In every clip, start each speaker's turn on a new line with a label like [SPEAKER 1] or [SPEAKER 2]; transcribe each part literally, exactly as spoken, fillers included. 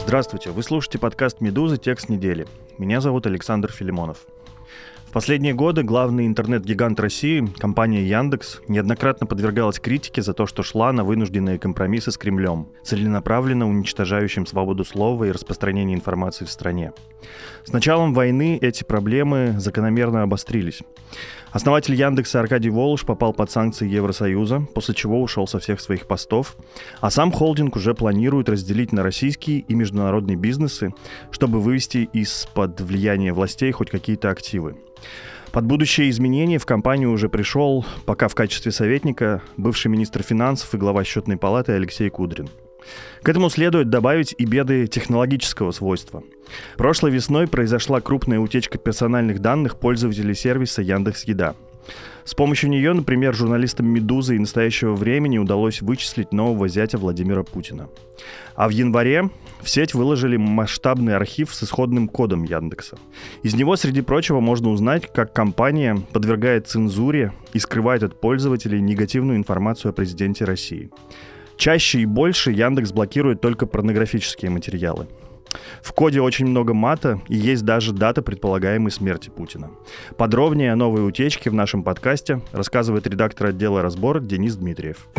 [SPEAKER 1] Здравствуйте, вы слушаете подкаст «Медузы. Текст недели». Меня зовут Александр Филимонов. В последние годы главный интернет-гигант России, компания Яндекс, неоднократно подвергалась критике за то, что шла на вынужденные компромиссы с Кремлем, целенаправленно уничтожающим свободу слова и распространение информации в стране. С началом войны эти проблемы закономерно обострились. Основатель Яндекса Аркадий Волож попал под санкции Евросоюза, после чего ушел со всех своих постов, а сам холдинг уже планирует разделить на российские и международные бизнесы, чтобы вывести из-под влияния властей хоть какие-то активы. Под будущее изменения в компанию уже пришел, пока в качестве советника, бывший министр финансов и глава счетной палаты Алексей Кудрин. К этому следует добавить и беды технологического свойства. Прошлой весной произошла крупная утечка персональных данных пользователей сервиса Яндекс.Еда. С помощью нее, например, журналистам «Медузы» и «Настоящего времени» удалось вычислить нового зятя Владимира Путина. А в январе в сеть выложили масштабный архив с исходным кодом Яндекса. Из него, среди прочего, можно узнать, как компания подвергает цензуре и скрывает от пользователей негативную информацию о президенте России. Чаще и больше Яндекс блокирует только порнографические материалы. В коде очень много мата, и есть даже дата предполагаемой смерти Путина. Подробнее о новой утечке в нашем подкасте рассказывает редактор отдела разбора Денис Дмитриев.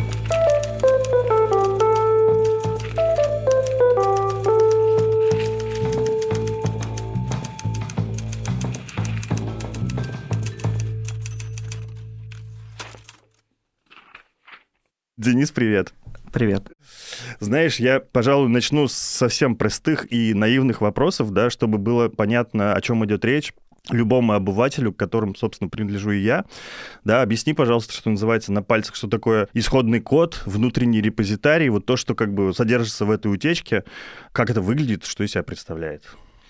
[SPEAKER 1] Денис, привет.
[SPEAKER 2] Привет.
[SPEAKER 1] Знаешь, я, пожалуй, начну с совсем простых и наивных вопросов, да, чтобы было понятно, о чем идет речь любому обывателю, к которым, собственно, принадлежу и я. Да, объясни, пожалуйста, что называется на пальцах, что такое исходный код, внутренний репозитарий, вот то, что как бы содержится в этой утечке, как это выглядит, что из себя представляет.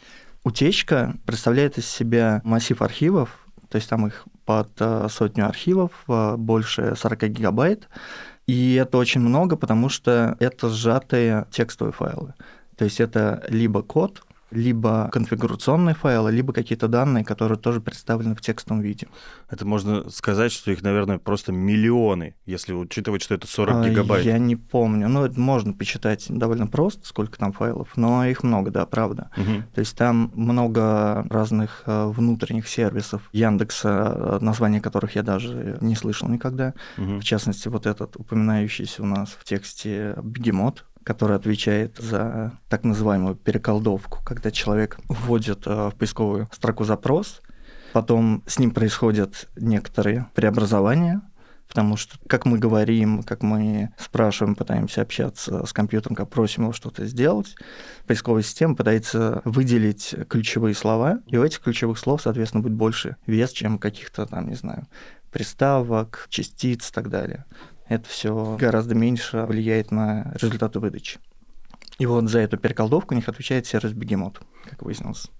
[SPEAKER 2] Утечка представляет из себя массив архивов, то есть там их под сотню архивов, больше сорок гигабайт. И это очень много, потому что это сжатые текстовые файлы. То есть это либо код, либо конфигурационные файлы, либо какие-то данные, которые тоже представлены в текстовом виде.
[SPEAKER 1] Это можно сказать, что их, наверное, просто миллионы, если учитывать, что это сорок гигабайт.
[SPEAKER 2] Я не помню. Ну, это можно посчитать довольно просто, сколько там файлов, но их много, да, правда. Угу. То есть там много разных внутренних сервисов Яндекса, названия которых я даже не слышал никогда. Угу. В частности, вот этот упоминающийся у нас в тексте Бегемот, который отвечает за так называемую переколдовку, когда человек вводит в поисковую строку запрос, потом с ним происходят некоторые преобразования, потому что, как мы говорим, как мы спрашиваем, пытаемся общаться с компьютером, как просим его что-то сделать, поисковая система пытается выделить ключевые слова, и у этих ключевых слов, соответственно, будет больше вес, чем каких-то там, не знаю, приставок, частиц и так далее. Это все гораздо меньше влияет на результаты выдачи. И вот за эту переколдовку у них отвечает сервис Бегемот, как выяснилось.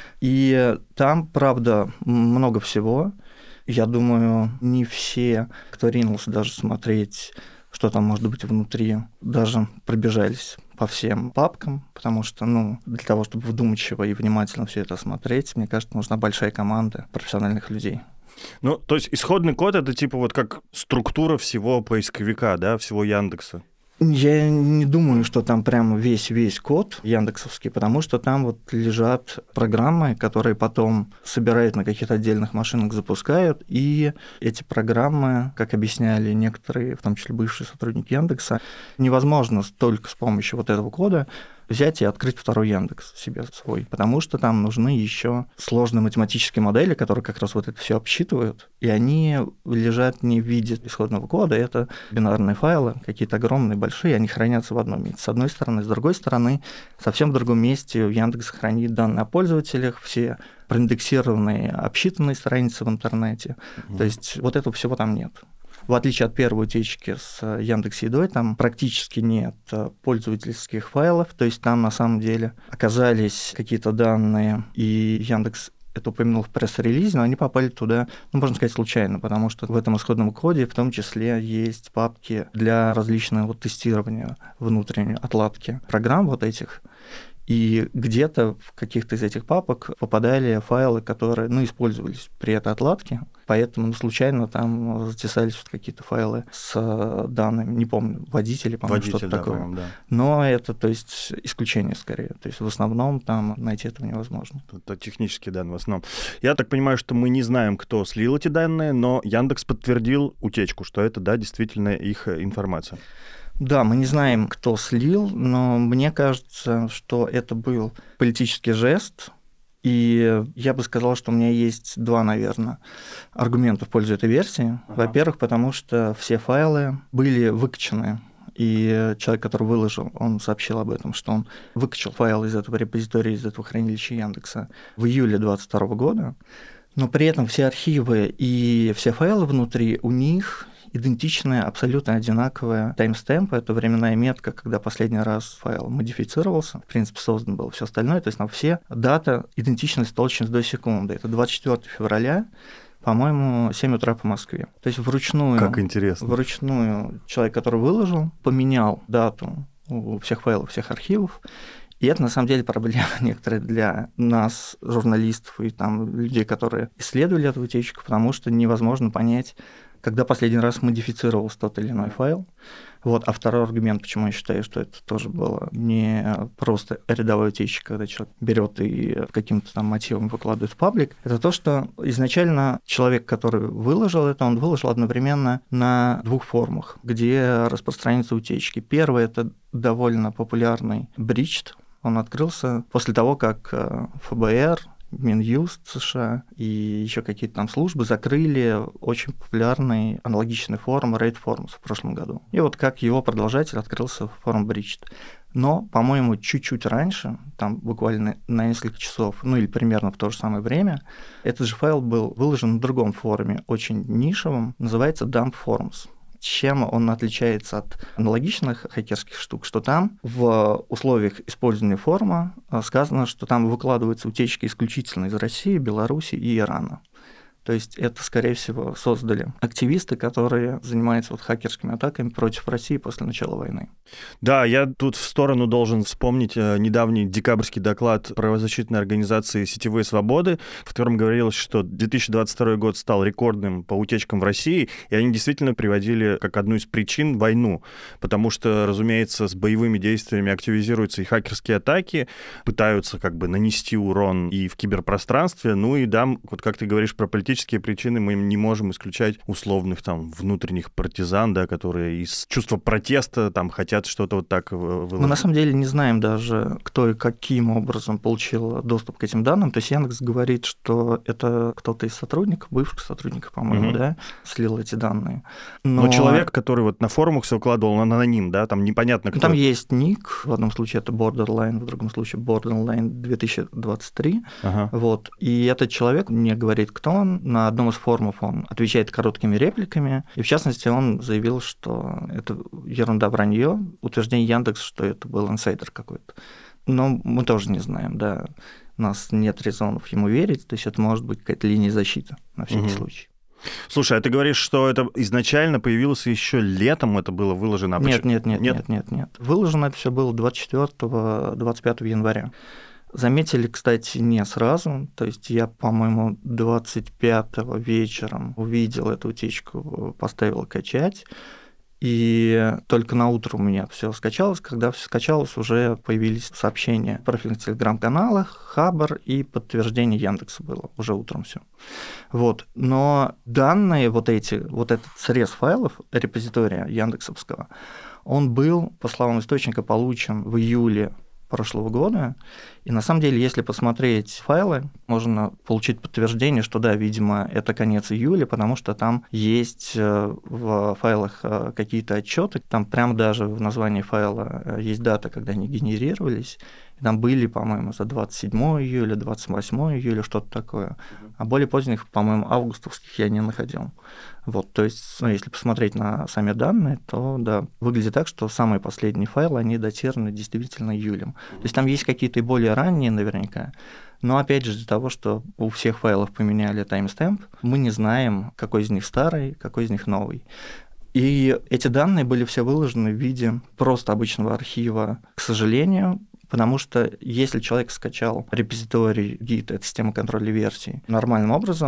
[SPEAKER 2] И там, правда, много всего. Я думаю, не все, кто ринулся даже смотреть, что там может быть внутри, даже пробежались по всем папкам, потому что, ну, для того, чтобы вдумчиво и внимательно все это смотреть, мне кажется, нужна большая команда профессиональных людей.
[SPEAKER 1] Ну, то есть исходный код — это типа вот как структура всего поисковика, да, всего Яндекса?
[SPEAKER 2] Я не думаю, что там прям весь-весь код яндексовский, потому что там вот лежат программы, которые потом собирают на каких-то отдельных машинах, запускают, и эти программы, как объясняли некоторые, в том числе бывшие сотрудники Яндекса, невозможно только с помощью вот этого кода взять и открыть второй Яндекс себе свой, потому что там нужны еще сложные математические модели, которые как раз вот это все обсчитывают, и они лежат не в виде исходного кода, это бинарные файлы, какие-то огромные, большие, они хранятся в одном месте. С одной стороны, с другой стороны, совсем в другом месте Яндекс хранит данные о пользователях, все проиндексированные, обсчитанные страницы в интернете, mm-hmm. то есть вот этого всего там нет. В отличие от первой утечки с Яндекс.Едой, там практически нет пользовательских файлов, то есть там на самом деле оказались какие-то данные, и Яндекс это упомянул в пресс-релизе, но они попали туда, ну, можно сказать, случайно, потому что в этом исходном коде в том числе есть папки для различного вот тестирования внутренней отладки программ вот этих. И где-то в каких-то из этих папок попадали файлы, которые, ну, использовались при этой отладке, поэтому ну, случайно там затесались вот какие-то файлы с данными, не помню, водители, по-моему,
[SPEAKER 1] Водитель,
[SPEAKER 2] что-то
[SPEAKER 1] да,
[SPEAKER 2] такое.
[SPEAKER 1] по-моему, да.
[SPEAKER 2] Но это, то есть, исключение скорее. То есть в основном там найти этого невозможно.
[SPEAKER 1] Это технические данные в основном. Я так понимаю, что мы не знаем, кто слил эти данные, но Яндекс подтвердил утечку, что это, да, действительно их информация.
[SPEAKER 2] Да, мы не знаем, кто слил, но мне кажется, что это был политический жест, и я бы сказал, что у меня есть два, наверное, аргумента в пользу этой версии. Ага. Во-первых, потому что все файлы были выкачаны, и человек, который выложил, он сообщил об этом, что он выкачал файл из этого репозитория, из этого хранилища Яндекса в июле две тысячи двадцать второго года, но при этом все архивы и все файлы внутри у них идентичная, абсолютно одинаковая таймстемп. Это временная метка, когда последний раз файл модифицировался, в принципе, создан был, все остальное. То есть там все дата идентичны с точностью до секунды. Это двадцать четвёртого февраля, по-моему, семь утра по Москве. То есть вручную...
[SPEAKER 1] Как интересно.
[SPEAKER 2] Вручную человек, который выложил, поменял дату у всех файлов, всех архивов. И это, на самом деле, проблема некоторая для нас, журналистов и там, людей, которые исследовали эту утечку, потому что невозможно понять, когда последний раз модифицировался тот или иной файл. Вот. А второй аргумент, почему я считаю, что это тоже было не просто рядовая утечка, когда человек берет и каким-то там мотивом выкладывает в паблик, это то, что изначально человек, который выложил это, он выложил одновременно на двух форумах, где распространяются утечки. Первый – это довольно популярный Breached. Он открылся после того, как эф бэ эр, Минюст США и еще какие-то там службы закрыли очень популярный аналогичный форум Raid Forums в прошлом году. И вот как его продолжатель открылся форум Breached. Но, по-моему, чуть-чуть раньше, там буквально на несколько часов, ну или примерно в то же самое время, этот же файл был выложен на другом форуме, очень нишевом, называется Dump Forums. Чем он отличается от аналогичных хакерских штук, что там в условиях использования форума сказано, что там выкладываются утечки исключительно из России, Беларуси и Ирана. То есть это, скорее всего, создали активисты, которые занимаются вот хакерскими атаками против России после начала войны.
[SPEAKER 1] Да, я тут в сторону должен вспомнить недавний декабрьский доклад правозащитной организации «Сетевые свободы», в котором говорилось, что две тысячи двадцать второй год стал рекордным по утечкам в России, и они действительно приводили как одну из причин войну, потому что, разумеется, с боевыми действиями активизируются и хакерские атаки, пытаются как бы нанести урон и в киберпространстве, ну и да, вот как ты говоришь про политические причины, мы не можем исключать условных там внутренних партизан, да, которые из чувства протеста там хотят что-то вот так выложить.
[SPEAKER 2] Мы на самом деле не знаем даже, кто и каким образом получил доступ к этим данным. То есть Яндекс говорит, что это кто-то из сотрудников, бывших сотрудников, по-моему, mm-hmm. да, слил эти данные.
[SPEAKER 1] Но... Но человек, который вот на форумах все выкладывал, он аноним, да, там непонятно кто.
[SPEAKER 2] Там есть ник, в одном случае это Borderline, в другом случае Borderline две тысячи двадцать три, ага. Вот. И этот человек не говорит, кто он. На одном из форумов он отвечает короткими репликами, и в частности он заявил, что это ерунда, вранье, утверждение Яндекса, что это был инсайдер какой-то. Но мы тоже не знаем, да, у нас нет резонов ему верить, то есть это может быть какая-то линия защиты на всякий угу. случай.
[SPEAKER 1] Слушай, а ты говоришь, что это изначально появилось еще летом, это было выложено? А
[SPEAKER 2] нет, нет, нет, нет, нет, нет, нет. Выложено это все было двадцать четвёртого - двадцать пятого января. Заметили, кстати, не сразу, то есть я, по-моему, двадцать пятого вечером увидел эту утечку, поставил качать, и только на утро у меня все скачалось. Когда все скачалось, уже появились сообщения в профильных телеграм-каналах, Хабр и подтверждение Яндекса было уже утром все. Вот. Но данные, вот эти, вот этот срез файлов репозитория яндексовского, он был, по словам источника, получен в июле прошлого года. И на самом деле, если посмотреть файлы, можно получить подтверждение, что да, видимо, это конец июля, потому что там есть в файлах какие-то отчеты, там прямо даже в названии файла есть дата, когда они генерировались. И там были, по-моему, за двадцать седьмого июля, двадцать восьмого июля, что-то такое. А более поздних, по-моему, августовских я не находил. Вот, то есть, ну, если посмотреть на сами данные, то, да, выглядит так, что самые последние файлы, они датированы действительно июлем. То есть там есть какие-то и более ранние наверняка, но, опять же, из-за того, что у всех файлов поменяли таймстемп, мы не знаем, какой из них старый, какой из них новый. И эти данные были все выложены в виде просто обычного архива, к сожалению, потому что если человек скачал репозиторий гит, это система контроля версий, нормальным образом,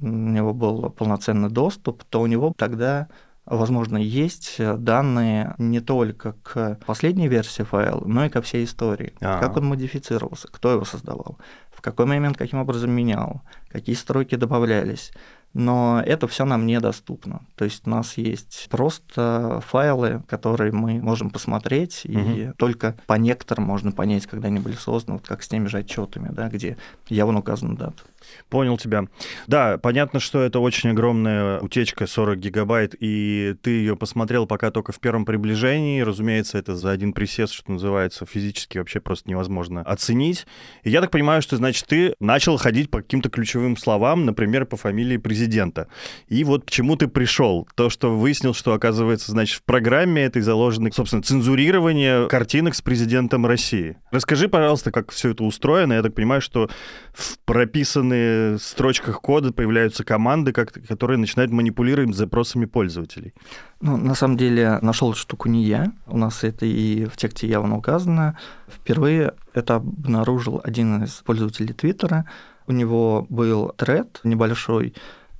[SPEAKER 2] у него был полноценный доступ, то у него тогда, возможно, есть данные не только к последней версии файла, но и ко всей истории. А-а-а. Как он модифицировался, кто его создавал, в какой момент, каким образом менял, какие строки добавлялись. Но это все нам недоступно. То есть у нас есть просто файлы, которые мы можем посмотреть, угу. и только по некоторым можно понять, когда они были созданы, вот как с теми же отчетами, да, где явно указана дата.
[SPEAKER 1] Понял тебя. Да, понятно, что это очень огромная утечка, сорок гигабайт, и ты ее посмотрел пока только в первом приближении. Разумеется, это за один присест, что называется, физически вообще просто невозможно оценить. И я так понимаю, что, значит, ты начал ходить по каким-то ключевым словам, например, по фамилии президента. И вот к чему ты пришел? То, что выяснил, что, оказывается, значит, в программе этой заложено, собственно, цензурирование картинок с президентом России. Расскажи, пожалуйста, как все это устроено. Я так понимаю, что в прописанные в строчках кода появляются команды, которые начинают манипулировать запросами пользователей.
[SPEAKER 2] Ну, на самом деле, нашел эту штуку не я. У нас это и в тексте явно указано. Впервые это обнаружил один из пользователей Твиттера. У него был тред небольшой,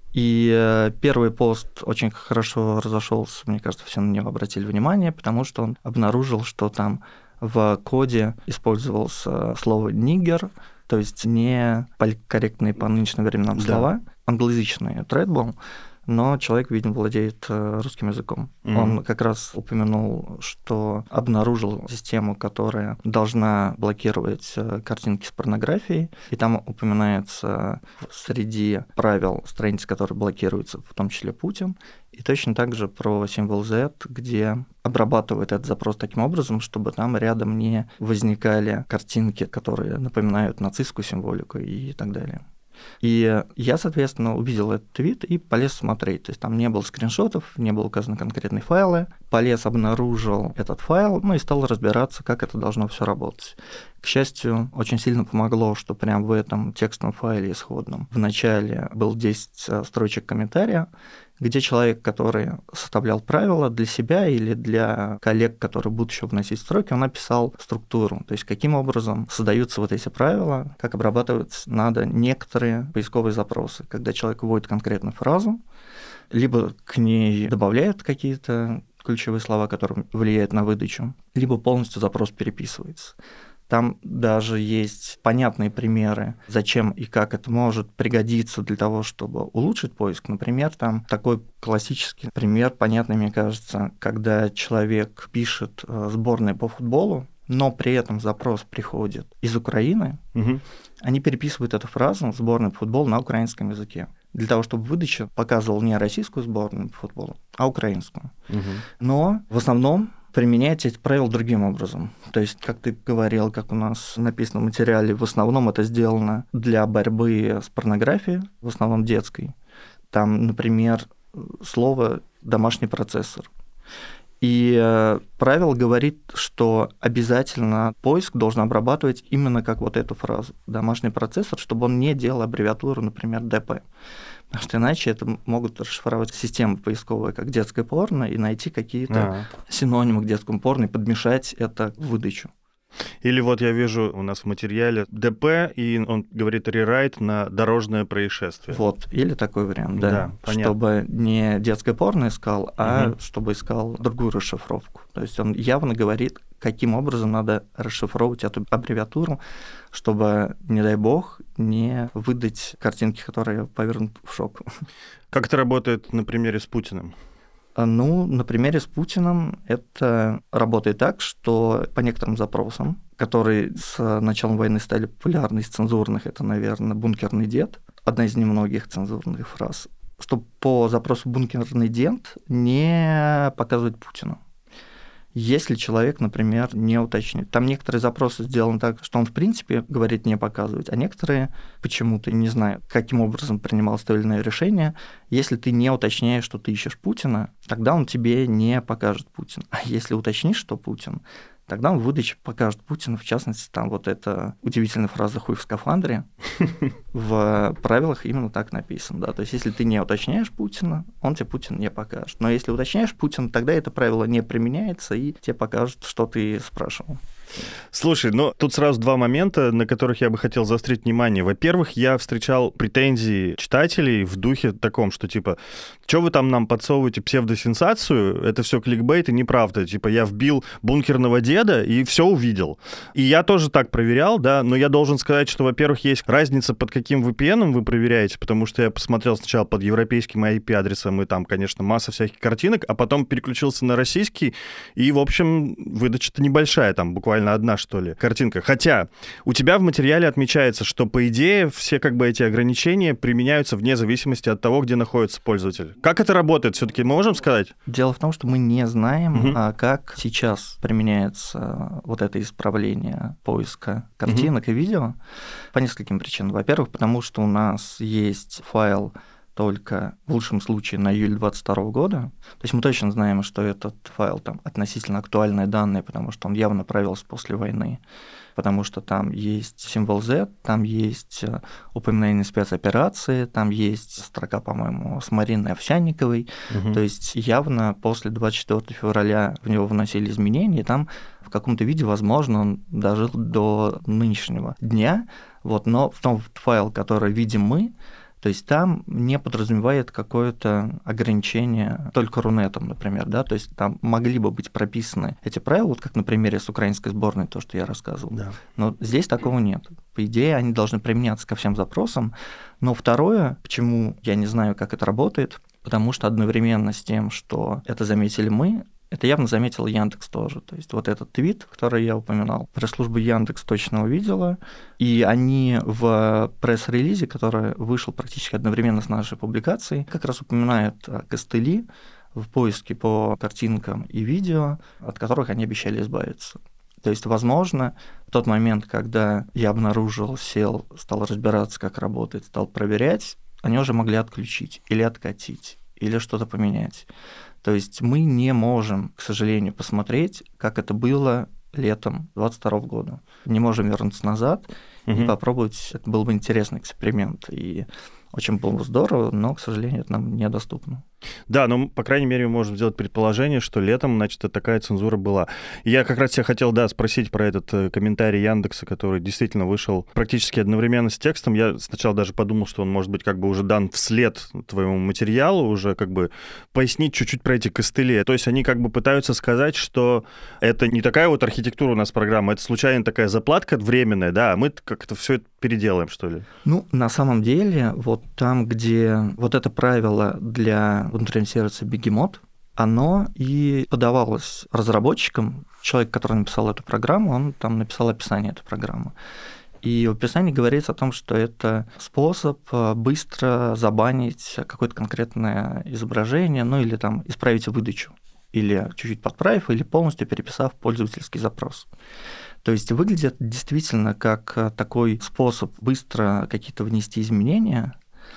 [SPEAKER 2] и первый пост очень хорошо разошелся. Мне кажется, все на него обратили внимание, потому что он обнаружил, что там в коде использовалось слово «нигер», то есть не политкорректные по нынешним временам да. слова, англоязычный тред был, но человек, видимо, владеет русским языком. Mm-hmm. Он как раз упомянул, что обнаружил систему, которая должна блокировать картинки с порнографией, и там упоминается среди правил страниц, которые блокируются, в том числе Путин, и точно так же про символ Z, где обрабатывают этот запрос таким образом, чтобы там рядом не возникали картинки, которые напоминают нацистскую символику и так далее. И я, соответственно, увидел этот твит и полез смотреть. То есть там не было скриншотов, не было указаны конкретные файлы. Полез, обнаружил этот файл, ну и стал разбираться, как это должно все работать. К счастью, очень сильно помогло, что прямо в этом текстовом файле исходном в начале был десять строчек комментария, где человек, который составлял правила для себя или для коллег, которые будут еще вносить строки, он написал структуру, то есть каким образом создаются вот эти правила, как обрабатывать надо некоторые поисковые запросы, когда человек вводит конкретную фразу, либо к ней добавляют какие-то ключевые слова, которые влияют на выдачу, либо полностью запрос переписывается. Там даже есть понятные примеры, зачем и как это может пригодиться для того, чтобы улучшить поиск. Например, там такой классический пример, понятный, мне кажется, когда человек пишет сборная по футболу, но при этом запрос приходит из Украины, угу. они переписывают эту фразу «сборная по футболу» на украинском языке. Для того, чтобы выдача показывала не российскую сборную по футболу, а украинскую. Угу. Но в основном применяйте эти правила другим образом. То есть, как ты говорил, как у нас написано в материале, в основном это сделано для борьбы с порнографией, в основном детской. Там, например, слово «домашний процессор». И э, правило говорит, что обязательно поиск должен обрабатывать именно как вот эту фразу «домашний процессор», чтобы он не делал аббревиатуру, например, ди пи. Потому что иначе это могут расшифровать системы поисковые, как детское порно, и найти какие-то А-а. синонимы к детскому порно и подмешать это в выдачу.
[SPEAKER 1] Или вот я вижу у нас в материале ди пи, и он говорит рерайт на дорожное происшествие.
[SPEAKER 2] Вот, или такой вариант, да.
[SPEAKER 1] да понятно.
[SPEAKER 2] Чтобы не детское порно искал, а угу. чтобы искал другую расшифровку. То есть он явно говорит, каким образом надо расшифровывать эту аббревиатуру, чтобы, не дай бог, не выдать картинки, которые повернут в шок.
[SPEAKER 1] Как это работает на примере с Путиным?
[SPEAKER 2] Ну, на примере с Путиным это работает так, что по некоторым запросам, которые с началом войны стали популярны из цензурных, это, наверное, «бункерный дед», одна из немногих цензурных фраз, что по запросу «бункерный дед» не показывать Путина. Если человек, например, не уточнит. Там некоторые запросы сделаны так, что он, в принципе, говорит не показывать, а некоторые почему-то не знают, каким образом принималось то или иное решение. Если ты не уточняешь, что ты ищешь Путина, тогда он тебе не покажет Путина. А если уточнишь, что Путин, тогда он в выдаче покажет Путина. В частности, там вот эта удивительная фраза «хуй в скафандре». В правилах именно так написано. Да? То есть, если ты не уточняешь Путина, он тебе Путин не покажет. Но если уточняешь Путина, тогда это правило не применяется, и тебе покажут, что ты спрашивал.
[SPEAKER 1] Слушай, ну тут сразу два момента, на которых я бы хотел заострить внимание. Во-первых, я встречал претензии читателей в духе таком, что типа, что вы там нам подсовываете псевдосенсацию, это все кликбейт и неправда. Типа я вбил бункерного деда и все увидел. И я тоже так проверял, да, но я должен сказать, что, во-первых, есть разница, под каким ви пи эн вы проверяете, потому что я посмотрел сначала под европейским ай пи-адресом, и там, конечно, масса всяких картинок, а потом переключился на российский, и, в общем, выдача-то небольшая, там буквально одна, что ли, картинка. Хотя у тебя в материале отмечается, что, по идее, все как бы эти ограничения применяются вне зависимости от того, где находится пользователь. Как это работает, все-таки мы можем сказать?
[SPEAKER 2] Дело в том, что мы не знаем,
[SPEAKER 1] угу.
[SPEAKER 2] а как сейчас применяется вот это исправление поиска картинок угу. и видео по нескольким причинам. Во-первых, потому что у нас есть файл только в лучшем случае на июль двадцать второго года. То есть мы точно знаем, что этот файл там относительно актуальные данные, потому что он явно правился после войны, потому что там есть символ Z, там есть упоминание спецоперации, там есть строка, по-моему, с Мариной Овсянниковой. Угу. То есть явно после двадцать четвёртого февраля в него вносили изменения, и там в каком-то виде, возможно, он дожил до нынешнего дня. Вот, но в том файл, который видим мы, то есть там не подразумевает какое-то ограничение только Рунетом, например, да, то есть там могли бы быть прописаны эти правила, вот как на примере с украинской сборной, то, что я рассказывал,
[SPEAKER 1] да.
[SPEAKER 2] Но здесь такого нет. По идее, они должны применяться ко всем запросам, но второе, почему я не знаю, как это работает, потому что одновременно с тем, что это заметили мы, это явно заметил Яндекс тоже. То есть вот этот твит, который я упоминал, пресс-служба Яндекс точно увидела, и они в пресс-релизе, который вышел практически одновременно с нашей публикацией, как раз упоминают костыли в поиске по картинкам и видео, от которых они обещали избавиться. То есть, возможно, в тот момент, когда я обнаружил, сел, стал разбираться, как работает, стал проверять, они уже могли отключить или откатить, или что-то поменять. То есть мы не можем, к сожалению, посмотреть, как это было летом двадцать второго года. Не можем вернуться назад угу. и попробовать. Это был бы интересный эксперимент. И очень было бы здорово, но, к сожалению, это нам недоступно.
[SPEAKER 1] Да, но, по крайней мере, мы можем сделать предположение, что летом, значит, такая цензура была. И я как раз тебя хотел, да, спросить про этот комментарий Яндекса, который действительно вышел практически одновременно с текстом. Я сначала даже подумал, что он может быть как бы уже дан вслед твоему материалу, уже как бы пояснить чуть-чуть про эти костыли. То есть они как бы пытаются сказать, что это не такая вот архитектура у нас программа, это случайно такая заплатка временная, да, а мы как-то все это переделаем, что ли?
[SPEAKER 2] Ну, на самом деле, вот там, где вот это правило для внутреннего сервиса Бегемот, оно и подавалось разработчикам. Человек, который написал эту программу, он там написал описание этой программы. И в описании говорится о том, что это способ быстро забанить какое-то конкретное изображение, ну или там исправить выдачу, или чуть-чуть подправив, или полностью переписав пользовательский запрос. То есть выглядит действительно как такой способ быстро какие-то внести изменения,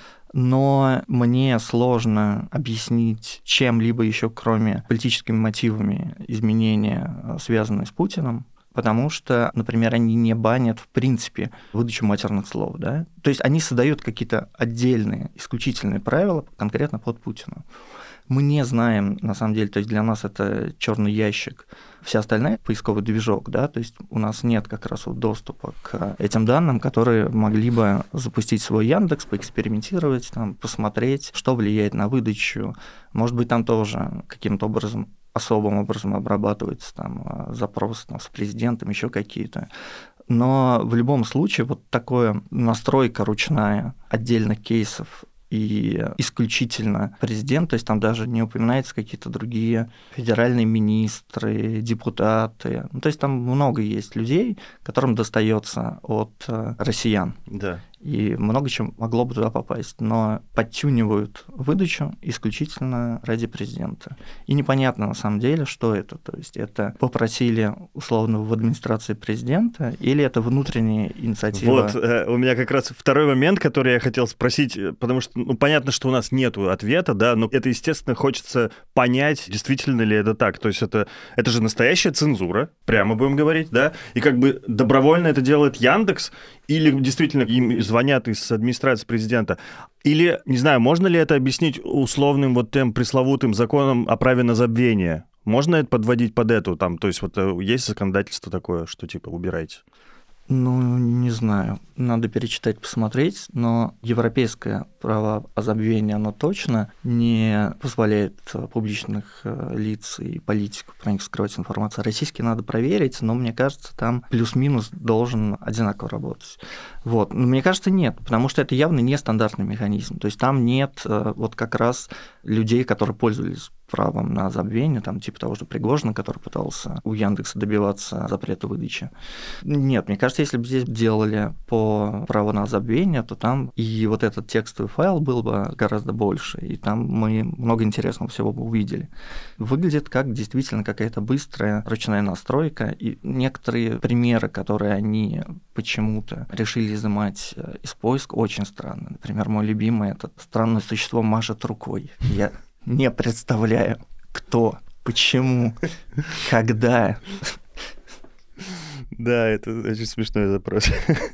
[SPEAKER 2] но мне сложно объяснить чем-либо еще, кроме политическими мотивами изменения, связанные с Путиным, потому что, например, они не банят в принципе выдачу матерных слов, да? То есть они создают какие-то отдельные, исключительные правила конкретно под Путина. Мы не знаем, на самом деле, то есть для нас это черный ящик, вся остальная поисковый движок, да, то есть у нас нет как раз вот доступа к этим данным, которые могли бы запустить свой Яндекс, поэкспериментировать, там, посмотреть, что влияет на выдачу. Может быть, там тоже каким-то образом, особым образом обрабатывается там запрос там, с президентом, еще какие-то. Но в любом случае вот такая настройка ручная отдельных кейсов и исключительно президент, то есть там даже не упоминаются какие-то другие федеральные министры, депутаты. Ну, то есть там много есть людей, которым достается от россиян.
[SPEAKER 1] Да.
[SPEAKER 2] И много чем могло бы туда попасть, но подтюнивают выдачу исключительно ради президента. И непонятно на самом деле, что это. То есть это попросили условно в администрации президента или это внутренняя инициатива?
[SPEAKER 1] Вот, э, у меня как раз второй момент, который я хотел спросить, потому что ну, понятно, что у нас нет ответа, да, но это, естественно, хочется понять, действительно ли это так. То есть это, это же настоящая цензура, прямо будем говорить, да, и как бы добровольно это делает Яндекс, или действительно им звонят из администрации президента. Или, не знаю, можно ли это объяснить условным вот тем пресловутым законом о праве на забвение? Можно это подводить под эту, там, то есть вот есть законодательство такое, что типа убирайте?
[SPEAKER 2] Ну, не знаю. Надо перечитать, посмотреть, но европейское право о забвении, оно точно не позволяет публичных лиц и политиков про них скрывать информацию. Российский надо проверить, но мне кажется, там плюс-минус должен одинаково работать. Вот. Но мне кажется, нет, потому что это явно нестандартный механизм. То есть там нет вот как раз людей, которые пользовались правом на забвение, там, типа того же Пригожина, который пытался у Яндекса добиваться запрета выдачи. Нет, мне кажется, если бы здесь делали по праву на забвение, то там и вот этот текстовый файл был бы гораздо больше, и там мы много интересного всего бы увидели. Выглядит как действительно какая-то быстрая ручная настройка, и некоторые примеры, которые они почему-то решили изымать из поиска, очень странно. Например, мой любимый — это странное существо машет рукой. Я не представляю, кто, почему, когда.
[SPEAKER 1] Да, это очень смешной запрос.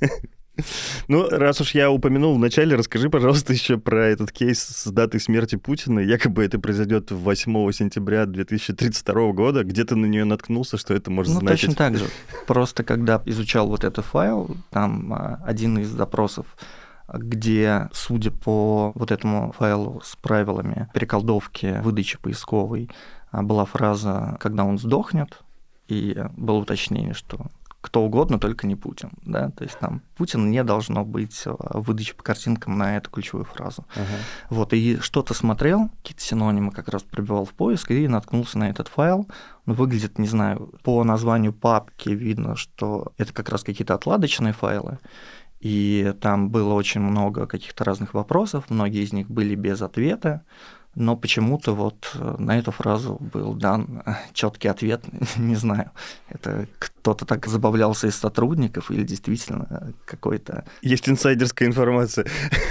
[SPEAKER 1] Ну, раз уж я упомянул в начале, расскажи, пожалуйста, еще про этот кейс с датой смерти Путина. Якобы это произойдет восьмого сентября две тысячи тридцать второго года. Где ты на нее наткнулся, что это может
[SPEAKER 2] ну,
[SPEAKER 1] значить?
[SPEAKER 2] Ну, точно так же. Просто когда изучал вот этот файл, там один из запросов, где, судя по вот этому файлу с правилами переколдовки выдачи поисковой, была фраза «когда он сдохнет», и было уточнение, что кто угодно, только не Путин. Да? То есть там Путин не должно быть выдачи по картинкам на эту ключевую фразу. Uh-huh. Вот, и что-то смотрел, какие-то синонимы как раз пробивал в поиск и наткнулся на этот файл. Он выглядит, не знаю, по названию папки видно, что это как раз какие-то отладочные файлы. И там было очень много каких-то разных вопросов, многие из них были без ответа, но почему-то вот на эту фразу был дан четкий ответ, не знаю, это кто-то так забавлялся из сотрудников или действительно какой-то...
[SPEAKER 1] Есть инсайдерская информация.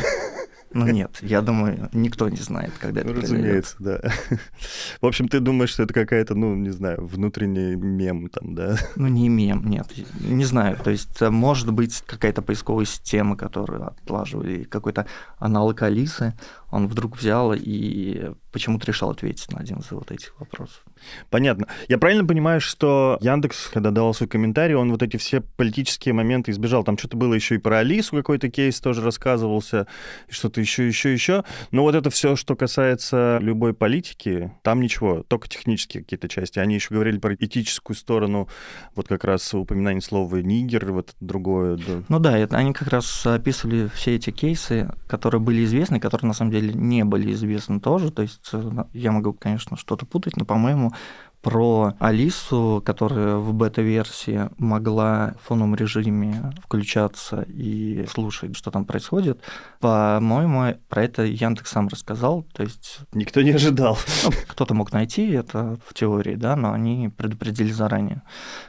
[SPEAKER 2] Ну нет, я думаю, никто не знает, когда это произойдет.
[SPEAKER 1] Разумеется, да. В общем, ты думаешь, что это какая-то, ну, не знаю, внутренний мем там, да?
[SPEAKER 2] Ну, не мем, нет, не знаю. То есть, может быть, какая-то поисковая система, которую отлаживали, какой-то аналог Алисы, он вдруг взял и почему-то решил ответить на один из вот этих вопросов.
[SPEAKER 1] Понятно. Я правильно понимаю, что Яндекс, когда давал свой комментарий, он вот эти все политические моменты избежал? Там что-то было еще и про Алису, какой-то кейс тоже рассказывался, и что-то еще, еще, еще. Но вот это все, что касается любой политики, там ничего, только технические какие-то части. Они еще говорили про этическую сторону, вот как раз упоминание слова «нигер», вот другое. Да.
[SPEAKER 2] Ну да, это, они как раз описывали все эти кейсы, которые были известны, которые на самом деле не были известны тоже. То есть я могу, конечно, что-то путать, но, по-моему, про Алису, которая в бета-версии могла в фоновом режиме включаться и слушать, что там происходит, по-моему, про это Яндекс сам рассказал. То есть
[SPEAKER 1] никто не ожидал.
[SPEAKER 2] Ну, кто-то мог найти это в теории, да, но они предупредили заранее.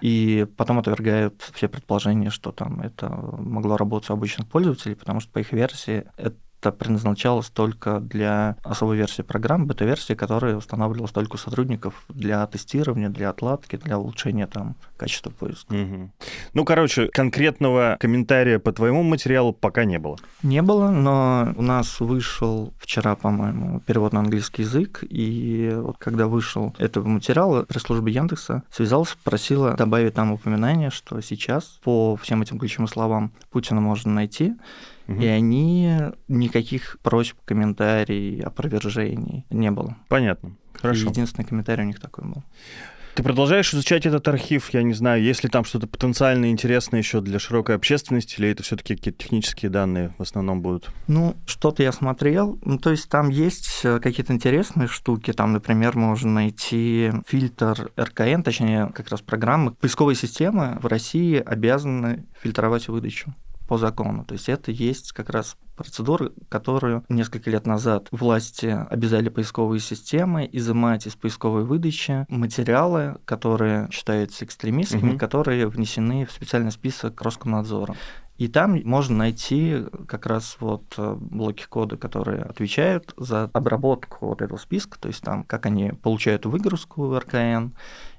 [SPEAKER 2] И потом отвергают все предположения, что там это могло работать у обычных пользователей, потому что по их версии это это предназначалось только для особой версии программ, бета-версии, которая устанавливалась только у сотрудников для тестирования, для отладки, для улучшения там качества поиска.
[SPEAKER 1] Угу. Ну, короче, конкретного комментария по твоему материалу пока не было.
[SPEAKER 2] Не было, но у нас вышел вчера, по-моему, перевод на английский язык, и вот когда вышел этот материал, пресс-служба Яндекса связалась, просила добавить там упоминание, что сейчас по всем этим ключевым словам Путина можно найти, угу. И они никаких просьб, комментариев, опровержений не было.
[SPEAKER 1] Понятно. Хорошо.
[SPEAKER 2] И единственный комментарий у них такой был.
[SPEAKER 1] Ты продолжаешь изучать этот архив? Я не знаю, есть ли там что-то потенциально интересное еще для широкой общественности, или это все-таки какие-то технические данные в основном будут?
[SPEAKER 2] Ну, что-то я смотрел. Ну, то есть там есть какие-то интересные штуки. Там, например, можно найти фильтр эр ка эн, точнее, как раз программы. Поисковые системы в России обязаны фильтровать выдачу по закону. То есть это есть как раз процедура, которую несколько лет назад власти обязали поисковые системы изымать из поисковой выдачи материалы, которые считаются экстремистскими, угу. которые внесены в специальный список Роскомнадзора. И там можно найти как раз вот блоки кода, которые отвечают за обработку вот этого списка, то есть там как они получают выгрузку в эр ка эн,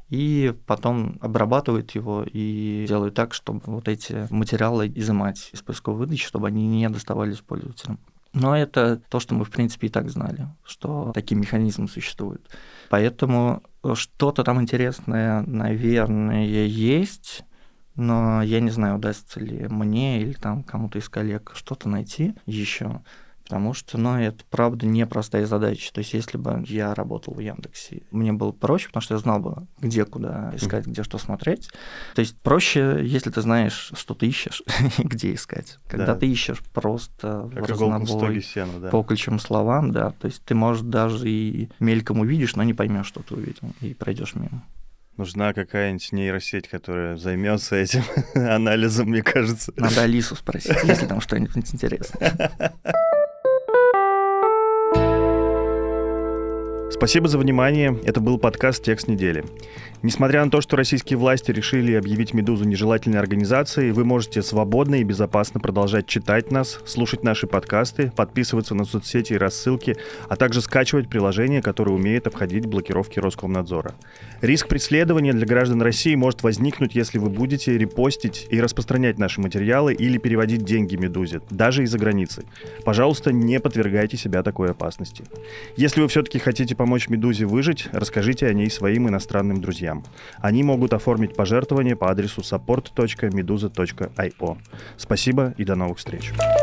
[SPEAKER 2] и потом обрабатывают его и делают так, чтобы вот эти материалы изымать из поисковой выдачи, чтобы они не доставались пользователям. Но это то, что мы, в принципе, и так знали, что такие механизмы существуют. Поэтому Что-то там интересное, наверное, есть, но я не знаю, удастся ли мне или там кому-то из коллег что-то найти еще. Потому что, ну, это, правда, непростая задача. То есть, если бы я работал в Яндексе, мне было проще, потому что я знал бы, где, куда искать, где что смотреть. То есть, проще, если ты знаешь, что ты ищешь, где искать. Когда да. ты ищешь просто
[SPEAKER 1] как
[SPEAKER 2] в разнобой
[SPEAKER 1] сену, да.
[SPEAKER 2] по ключевым словам, да, то есть, ты, может, даже и мельком увидишь, но не поймешь, что ты увидел, и пройдешь мимо.
[SPEAKER 1] Нужна какая-нибудь нейросеть, которая займется этим анализом, мне кажется.
[SPEAKER 2] Надо Алису спросить, если там что-нибудь интересное.
[SPEAKER 1] Спасибо за внимание. Это был подкаст «Текст недели». Несмотря на то, что российские власти решили объявить «Медузу» нежелательной организацией, вы можете свободно и безопасно продолжать читать нас, слушать наши подкасты, подписываться на соцсети и рассылки, а также скачивать приложение, которое умеет обходить блокировки Роскомнадзора. Риск преследования для граждан России может возникнуть, если вы будете репостить и распространять наши материалы или переводить деньги «Медузе», даже из-за границы. Пожалуйста, не подвергайте себя такой опасности. Если вы все-таки хотите помочь «Медузе» выжить, расскажите о ней своим иностранным друзьям. Они могут оформить пожертвование по адресу support точка meduza точка ай о. Спасибо и до новых встреч.